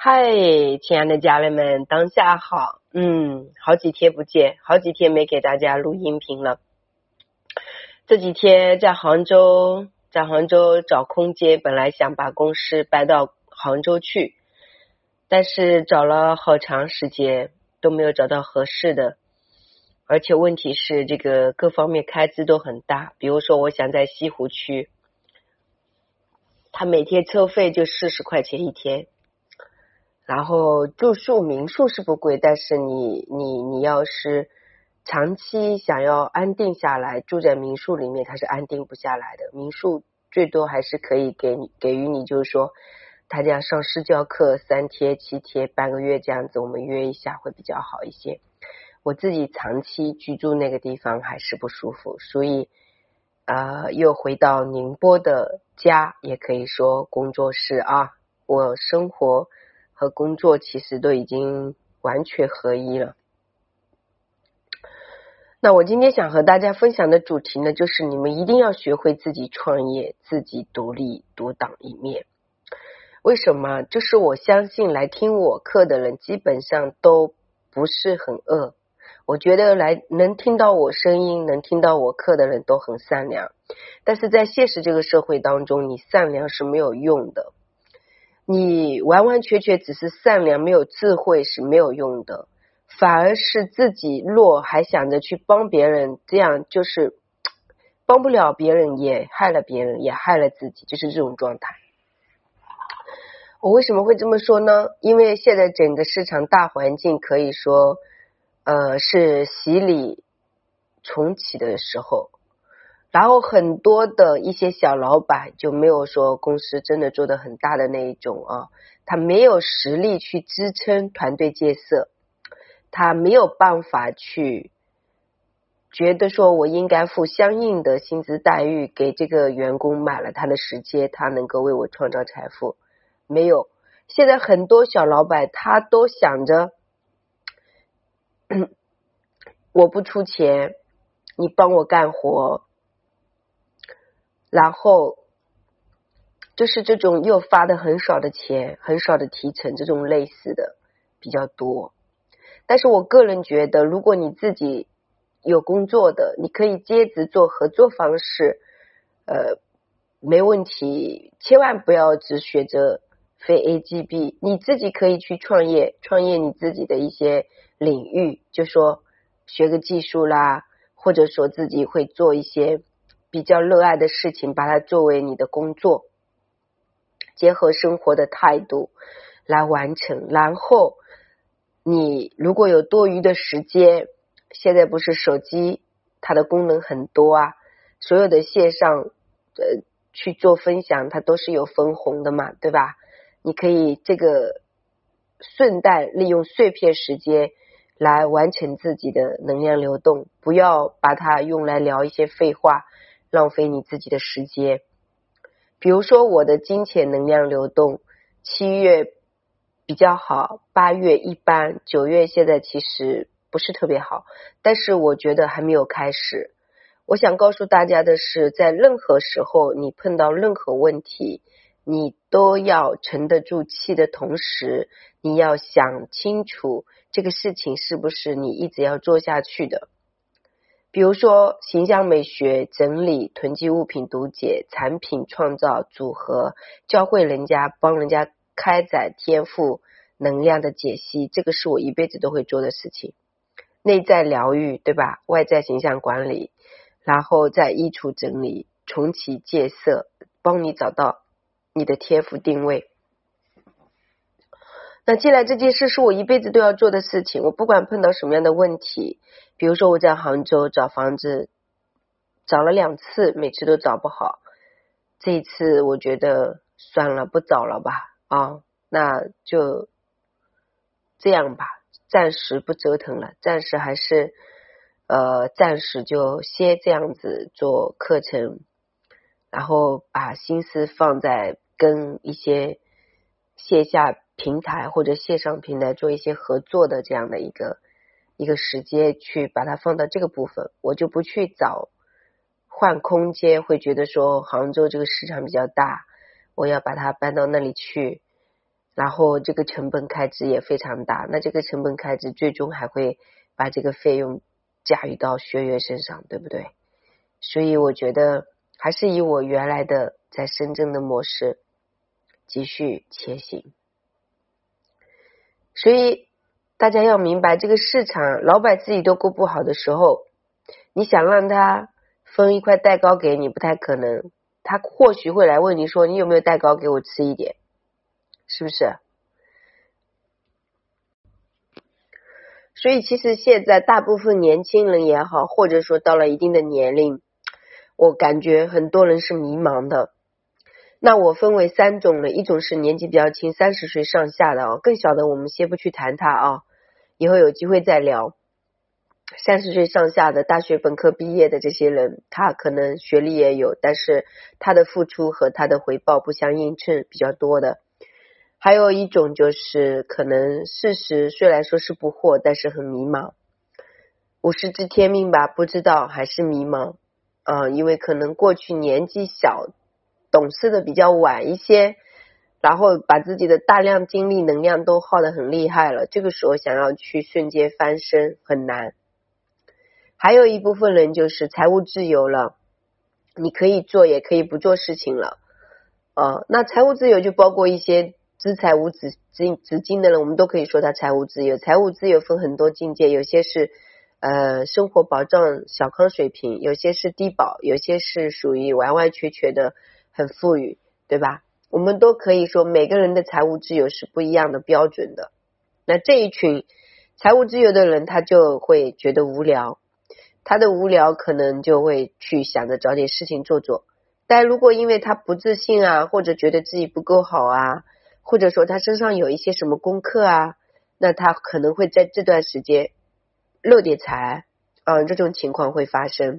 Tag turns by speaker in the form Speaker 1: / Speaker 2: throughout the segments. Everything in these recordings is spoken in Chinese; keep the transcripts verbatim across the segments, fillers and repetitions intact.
Speaker 1: 嗨，亲爱的家人们，当下好。嗯，好几天不见，好几天没给大家录音频了。这几天在杭州，在杭州找空间，本来想把公司搬到杭州去，但是找了好长时间都没有找到合适的，而且问题是这个各方面开支都很大。比如说我想在西湖区，他每天车费就四十块钱一天，然后住宿民宿是不贵，但是你你你要是长期想要安定下来，住在民宿里面它是安定不下来的。民宿最多还是可以给你给予你，就是说他这样上私教课三天七天半个月这样子，我们约一下会比较好一些。我自己长期居住那个地方还是不舒服，所以呃又回到宁波的家，也可以说工作室啊，我生活和工作其实都已经完全合一了。那我今天想和大家分享的主题呢，就是你们一定要学会自己创业，自己独立独当一面。为什么？就是我相信来听我课的人基本上都不是很恶，我觉得来能听到我声音能听到我课的人都很善良，但是在现实这个社会当中，你善良是没有用的，你完完全全只是善良没有智慧是没有用的，反而是自己弱还想着去帮别人，这样就是帮不了别人，也害了别人，也害了自己，就是这种状态。我为什么会这么说呢？因为现在整个市场大环境可以说呃是洗礼重启的时候，然后很多的一些小老板就没有说公司真的做得很大的那一种啊，他没有实力去支撑团队建设，他没有办法去觉得说我应该付相应的薪资待遇给这个员工，买了他的时间，他能够为我创造财富，没有。现在很多小老板他都想着我不出钱，你帮我干活，然后就是这种又发的很少的钱，很少的提成，这种类似的比较多。但是我个人觉得，如果你自己有工作的，你可以接着做合作方式，呃，没问题，千万不要只学着非 A G B， 你自己可以去创业，创业你自己的一些领域，就说学个技术啦，或者说自己会做一些比较热爱的事情，把它作为你的工作，结合生活的态度来完成。然后你如果有多余的时间，现在不是手机它的功能很多啊，所有的线上呃去做分享它都是有分红的嘛，对吧？你可以这个顺带利用碎片时间来完成自己的能量流动，不要把它用来聊一些废话，浪费你自己的时间。比如说我的金钱能量流动，七月比较好，八月一般，九月现在其实不是特别好，但是我觉得还没有开始。我想告诉大家的是，在任何时候你碰到任何问题，你都要沉得住气的同时，你要想清楚这个事情是不是你一直要做下去的。比如说形象美学、整理、囤积物品、读解、产品创造、组合、教会人家、帮人家开展天赋能量的解析，这个是我一辈子都会做的事情。内在疗愈，对吧？外在形象管理，然后再衣橱整理、重启建设，帮你找到你的天赋定位。那既然这件事是我一辈子都要做的事情，我不管碰到什么样的问题，比如说我在杭州找房子找了两次，每次都找不好，这一次我觉得算了，不找了吧啊，那就这样吧，暂时不折腾了，暂时还是呃，暂时就先这样子做课程，然后把心思放在跟一些线下平台或者线上平台做一些合作的这样的一个一个时间，去把它放到这个部分，我就不去找换空间，会觉得说杭州这个市场比较大，我要把它搬到那里去， 然后这个成本开支也非常大，那这个成本开支最终还会把这个费用驾驭到学员身上，对不对？所以我觉得还是以我原来的在深圳的模式继续前行。所以大家要明白，这个市场老板自己都过不好的时候，你想让他分一块蛋糕给你不太可能，他或许会来问你说你有没有蛋糕给我吃一点，是不是？所以其实现在大部分年轻人也好，或者说到了一定的年龄，我感觉很多人是迷茫的。那我分为三种了，一种是年纪比较轻，三十岁上下的哦，更小的我们先不去谈它啊，以后有机会再聊。三十岁上下的大学本科毕业的这些人，他可能学历也有，但是他的付出和他的回报不相映衬，比较多的。还有一种就是可能四十虽然说是不惑，但是很迷茫，五十知天命吧，不知道还是迷茫啊、呃，因为可能过去年纪小，懂事的比较晚一些，然后把自己的大量精力能量都耗得很厉害了，这个时候想要去瞬间翻身很难。还有一部分人就是财务自由了，你可以做也可以不做事情了啊、呃，那财务自由就包括一些资财无止资金的人，我们都可以说他财务自由。财务自由分很多境界，有些是呃生活保障小康水平，有些是低保，有些是属于完完全全的很富裕，对吧？我们都可以说每个人的财务自由是不一样的标准的。那这一群财务自由的人，他就会觉得无聊，他的无聊可能就会去想着找点事情做做。但如果因为他不自信啊，或者觉得自己不够好啊，或者说他身上有一些什么功课啊，那他可能会在这段时间漏点财啊、呃，这种情况会发生。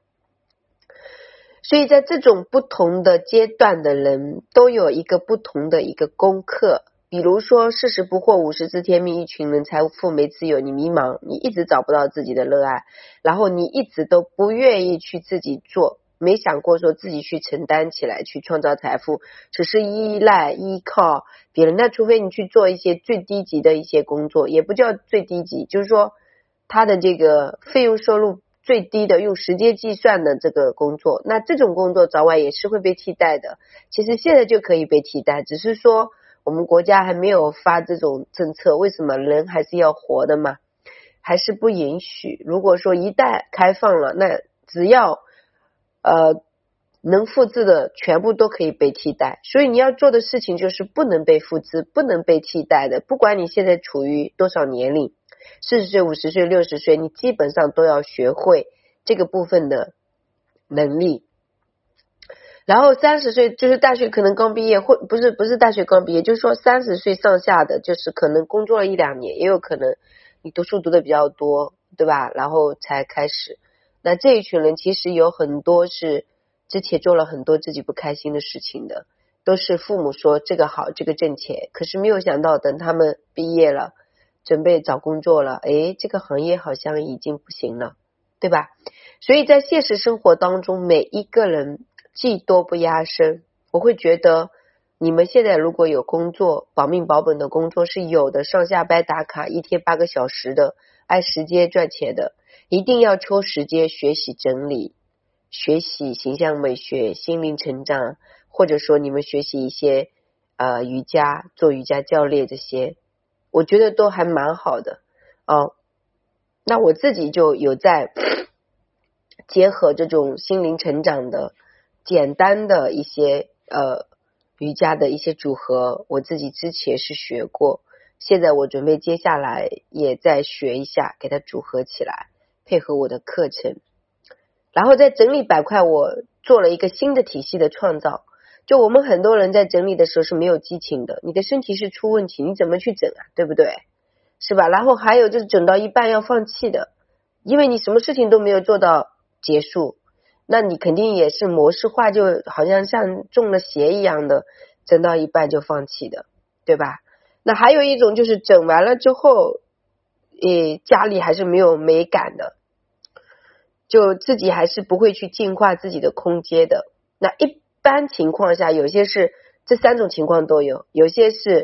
Speaker 1: 所以在这种不同的阶段的人都有一个不同的一个功课，比如说四十不惑五十知天命，一群人财富没自由，你迷茫，你一直找不到自己的热爱，然后你一直都不愿意去自己做，没想过说自己去承担起来去创造财富，只是依赖依靠别人。那除非你去做一些最低级的一些工作，也不叫最低级，就是说他的这个费用收入最低的用时间计算的这个工作，那这种工作早晚也是会被替代的。其实现在就可以被替代，只是说我们国家还没有发这种政策，为什么人还是要活的嘛，还是不允许。如果说一旦开放了，那只要呃能复制的全部都可以被替代。所以你要做的事情就是不能被复制，不能被替代的，不管你现在处于多少年龄，四十岁五十岁六十岁，你基本上都要学会这个部分的能力。然后三十岁就是大学可能刚毕业，或不是不是大学刚毕业，就是说三十岁上下的，就是可能工作了一两年，也有可能你读书读的比较多，对吧？然后才开始。那这一群人其实有很多是之前做了很多自己不开心的事情的，都是父母说这个好，这个挣钱，可是没有想到等他们毕业了，准备找工作了，诶，这个行业好像已经不行了，对吧？所以在现实生活当中，每一个人技多不压身。我会觉得你们现在如果有工作，保命保本的工作是有的，上下班打卡，一天八个小时的，按时间赚钱的，一定要抽时间学习整理，学习形象美学、心灵成长，或者说你们学习一些呃瑜伽，做瑜伽教练，这些我觉得都还蛮好的哦。那我自己就有在结合这种心灵成长的简单的一些呃瑜伽的一些组合，我自己之前是学过，现在我准备接下来也再学一下，给它组合起来，配合我的课程。然后在整理板块，我做了一个新的体系的创造。就我们很多人在整理的时候是没有激情的，你的身体是出问题，你怎么去整啊，对不对？是吧？然后还有就是整到一半要放弃的，因为你什么事情都没有做到结束，那你肯定也是模式化，就好像像中了邪一样的，整到一半就放弃的，对吧？那还有一种就是整完了之后，诶，家里还是没有美感的，就自己还是不会去净化自己的空间的。那一般情况下，有些是这三种情况都有，有些是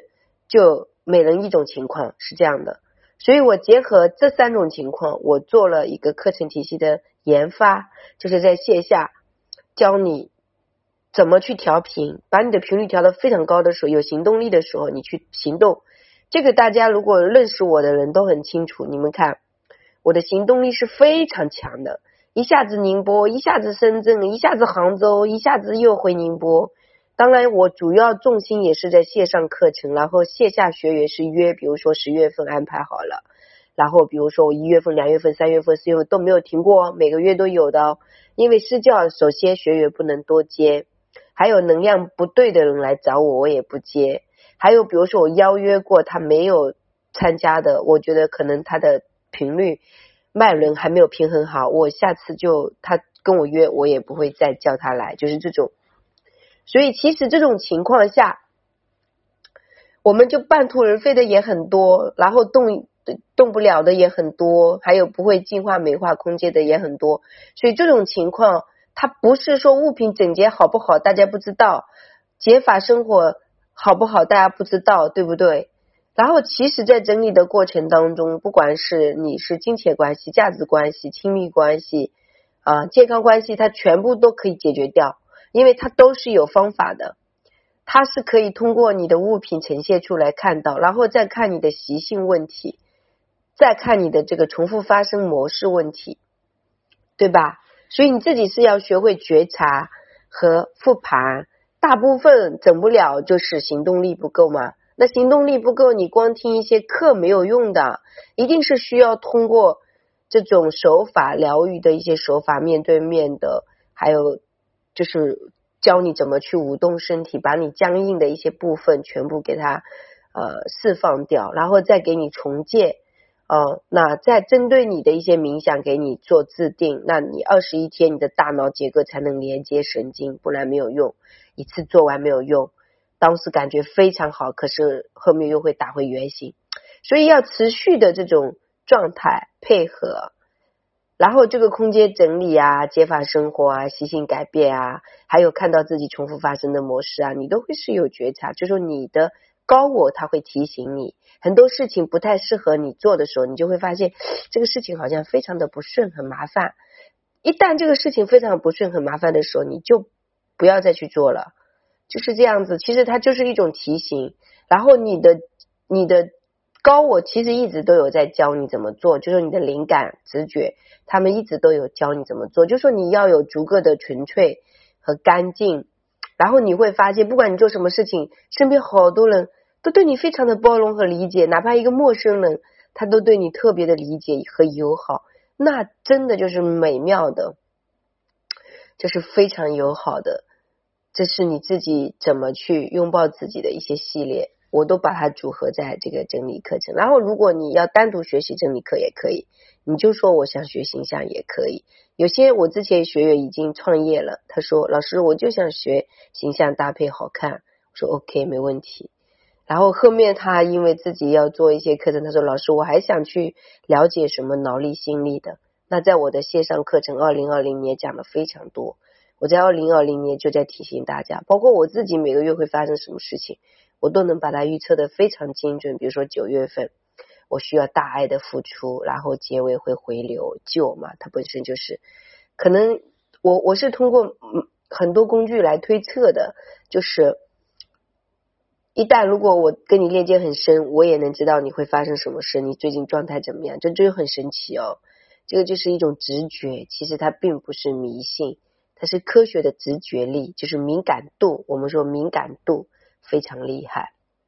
Speaker 1: 就每人一种情况，是这样的。所以我结合这三种情况，我做了一个课程体系的研发，就是在线下教你怎么去调频，把你的频率调得非常高的时候，有行动力的时候，你去行动。这个大家如果认识我的人都很清楚，你们看我的行动力是非常强的，一下子宁波，一下子深圳，一下子杭州，一下子又回宁波。当然我主要重心也是在线上课程，然后线下学员是约，比如说十月份安排好了，然后比如说我一月份、两月份、三月份、四月份都没有停过，每个月都有的。因为私教首先学员不能多接，还有能量不对的人来找我我也不接，还有比如说我邀约过他没有参加的，我觉得可能他的频率脉轮还没有平衡好，我下次就他跟我约我也不会再叫他来，就是这种。所以其实这种情况下我们就半途而废的也很多，然后动动不了的也很多，还有不会净化美化空间的也很多。所以这种情况它不是说物品整洁好不好大家不知道，解法生活好不好大家不知道，对不对？然后其实在整理的过程当中，不管是你是金钱关系、价值关系、亲密关系啊、健康关系，它全部都可以解决掉，因为它都是有方法的，它是可以通过你的物品呈现出来看到，然后再看你的习性问题，再看你的这个重复发生模式问题，对吧？所以你自己是要学会觉察和复盘，大部分整不了就是行动力不够嘛。那行动力不够，你光听一些课没有用的，一定是需要通过这种手法疗愈的一些手法，面对面的，还有就是教你怎么去舞动身体，把你僵硬的一些部分全部给它呃释放掉，然后再给你重建。哦，那再针对你的一些冥想给你做制定，那你二十一天你的大脑结构才能连接神经，不然没有用，一次做完没有用，当时感觉非常好，可是后面又会打回原形。所以要持续的这种状态配合，然后这个空间整理啊、解法生活啊、习性改变啊，还有看到自己重复发生的模式啊，你都会是有觉察，就是说你的高我他会提醒你很多事情不太适合你做的时候，你就会发现这个事情好像非常的不顺很麻烦。一旦这个事情非常不顺很麻烦的时候，你就不要再去做了，就是这样子。其实它就是一种提醒，然后你的你的高我其实一直都有在教你怎么做，就是你的灵感直觉他们一直都有教你怎么做，就是说你要有足够的纯粹和干净，然后你会发现不管你做什么事情，身边好多人都对你非常的包容和理解，哪怕一个陌生人他都对你特别的理解和友好，那真的就是美妙的，这是非常友好的。这是你自己怎么去拥抱自己的一些系列，我都把它组合在这个整理课程。然后如果你要单独学习整理课也可以，你就说我想学形象也可以。有些我之前学员已经创业了，他说老师我就想学形象搭配好看，我说 OK 没问题。然后后面他因为自己要做一些课程，他说老师我还想去了解什么脑力心力的，那在我的线上课程二零二零年讲的非常多，我在二零二零年就在提醒大家，包括我自己每个月会发生什么事情我都能把它预测的非常精准。比如说九月份我需要大爱的付出，然后结尾会回流救嘛，它本身就是可能我我是通过很多工具来推测的，就是一旦如果我跟你链接很深，我也能知道你会发生什么事，你最近状态怎么样，这就很神奇哦。这个就是一种直觉，其实它并不是迷信，它是科学的直觉力，就是敏感度，我们说敏感度非常厉害。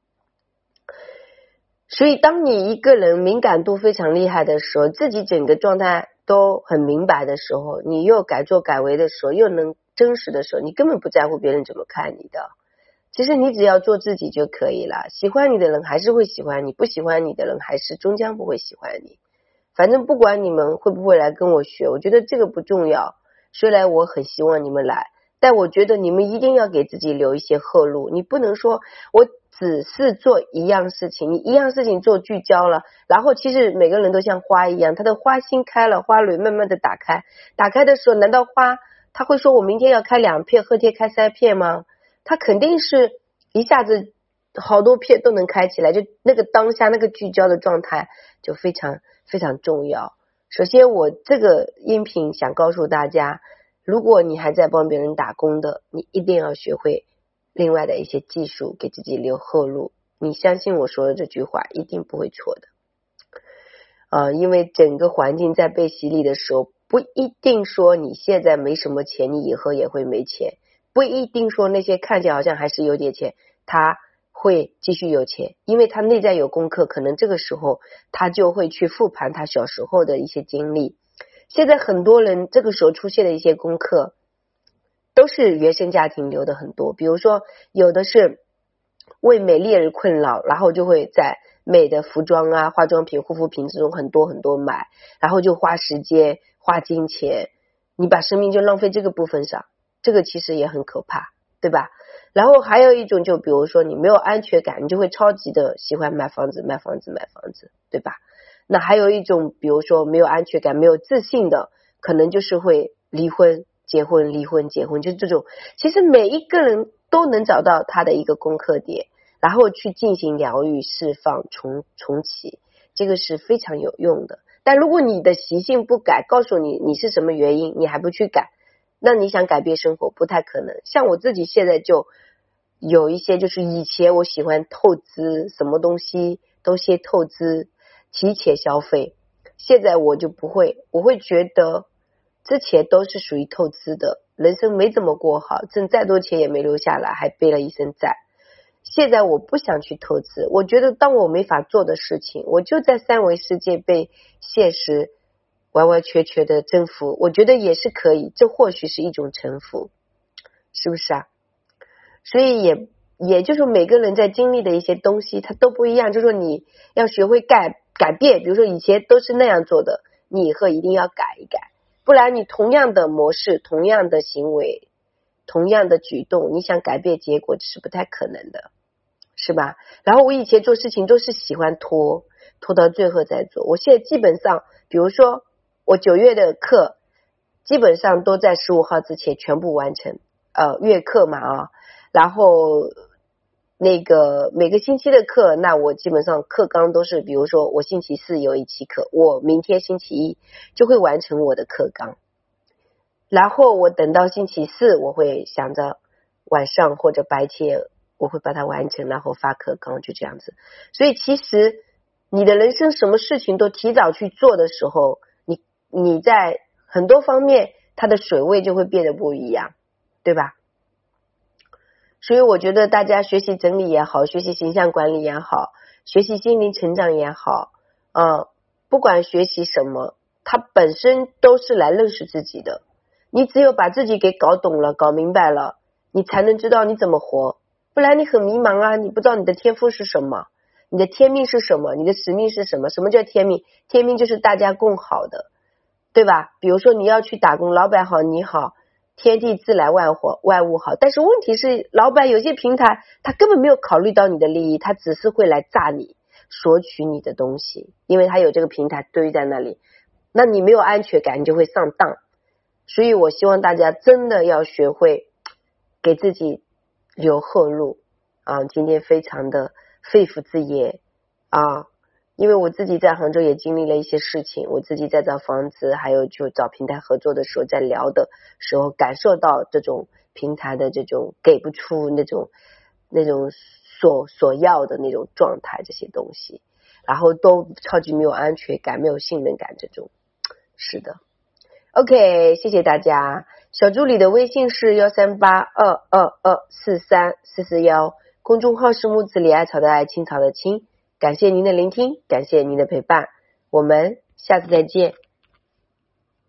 Speaker 1: 所以当你一个人敏感度非常厉害的时候，自己整个状态都很明白的时候，你又改做改为的时候，又能真实的时候，你根本不在乎别人怎么看你的。其实你只要做自己就可以了，喜欢你的人还是会喜欢你，不喜欢你的人还是终将不会喜欢你。反正不管你们会不会来跟我学，我觉得这个不重要，虽然我很希望你们来，但我觉得你们一定要给自己留一些后路，你不能说我只是做一样事情，你一样事情做聚焦了，然后其实每个人都像花一样，他的花心开了，花蕊慢慢的打开，打开的时候难道花他会说我明天要开两片，后天开三片吗？他肯定是一下子好多片都能开起来，就那个当下那个聚焦的状态就非常非常重要。首先我这个音频想告诉大家，如果你还在帮别人打工的，你一定要学会另外的一些技术，给自己留后路。你相信我说的这句话一定不会错的。呃，因为整个环境在被洗礼的时候，不一定说你现在没什么钱，你以后也会没钱，不一定说那些看起来好像还是有点钱，他会继续有钱，因为他内在有功课，可能这个时候他就会去复盘他小时候的一些经历。现在很多人这个时候出现的一些功课都是原生家庭留的很多，比如说有的是为美丽而困扰，然后就会在美的服装啊、化妆品、护肤品这种很多很多买，然后就花时间花金钱，你把生命就浪费这个部分上，这个其实也很可怕，对吧？然后还有一种，就比如说你没有安全感，你就会超级的喜欢买房子买房子买房子，对吧？那还有一种，比如说没有安全感没有自信的，可能就是会离婚结婚离婚结婚，就是这种。其实每一个人都能找到他的一个功课点，然后去进行疗愈释放重重启，这个是非常有用的。但如果你的习性不改，告诉你你是什么原因你还不去改，那你想改变生活不太可能。像我自己现在就有一些，就是以前我喜欢透支，什么东西都先透支提前消费，现在我就不会，我会觉得之前都是属于透支的，人生没怎么过好，挣再多钱也没留下来，还背了一身债。现在我不想去透支，我觉得当我没法做的事情，我就在三维世界被现实完完全全的征服，我觉得也是可以，这或许是一种臣服，是不是啊？所以也也就是每个人在经历的一些东西它都不一样，就是说你要学会改改变，比如说以前都是那样做的，你以后一定要改一改，不然你同样的模式同样的行为同样的举动，你想改变结果这是不太可能的，是吧？然后我以前做事情都是喜欢拖拖到最后再做，我现在基本上比如说我九月的课基本上都在十五号之前全部完成，呃月课嘛啊，然后那个每个星期的课，那我基本上课纲都是，比如说我星期四有一期课，我明天星期一就会完成我的课纲，然后我等到星期四我会想着晚上或者白天我会把它完成，然后发课纲，就这样子。所以其实你的人生什么事情都提早去做的时候，你你在很多方面它的水位就会变得不一样，对吧？所以我觉得大家学习整理也好，学习形象管理也好，学习心灵成长也好，呃，不管学习什么，它本身都是来认识自己的。你只有把自己给搞懂了搞明白了，你才能知道你怎么活，不然你很迷茫啊，你不知道你的天赋是什么，你的天命是什么，你的使命是什么。什么叫天命？天命就是大家共好的，对吧？比如说你要去打工，老板好你好，天地自来万活万物好，但是问题是老板有些平台他根本没有考虑到你的利益，他只是会来榨你索取你的东西，因为他有这个平台堆在那里，那你没有安全感，你就会上当。所以我希望大家真的要学会给自己留后路啊！今天非常的肺腑之言啊，因为我自己在杭州也经历了一些事情，我自己在找房子还有就找平台合作的时候，在聊的时候感受到这种平台的这种给不出那种那种所所要的那种状态，这些东西然后都超级没有安全感没有信任感，这种是的。 OK， 谢谢大家。小助理的微信是一三八二二二四三四四一，公众号是木子李艾草的爱青草的青。感谢您的聆听，感谢您的陪伴，我们下次再见。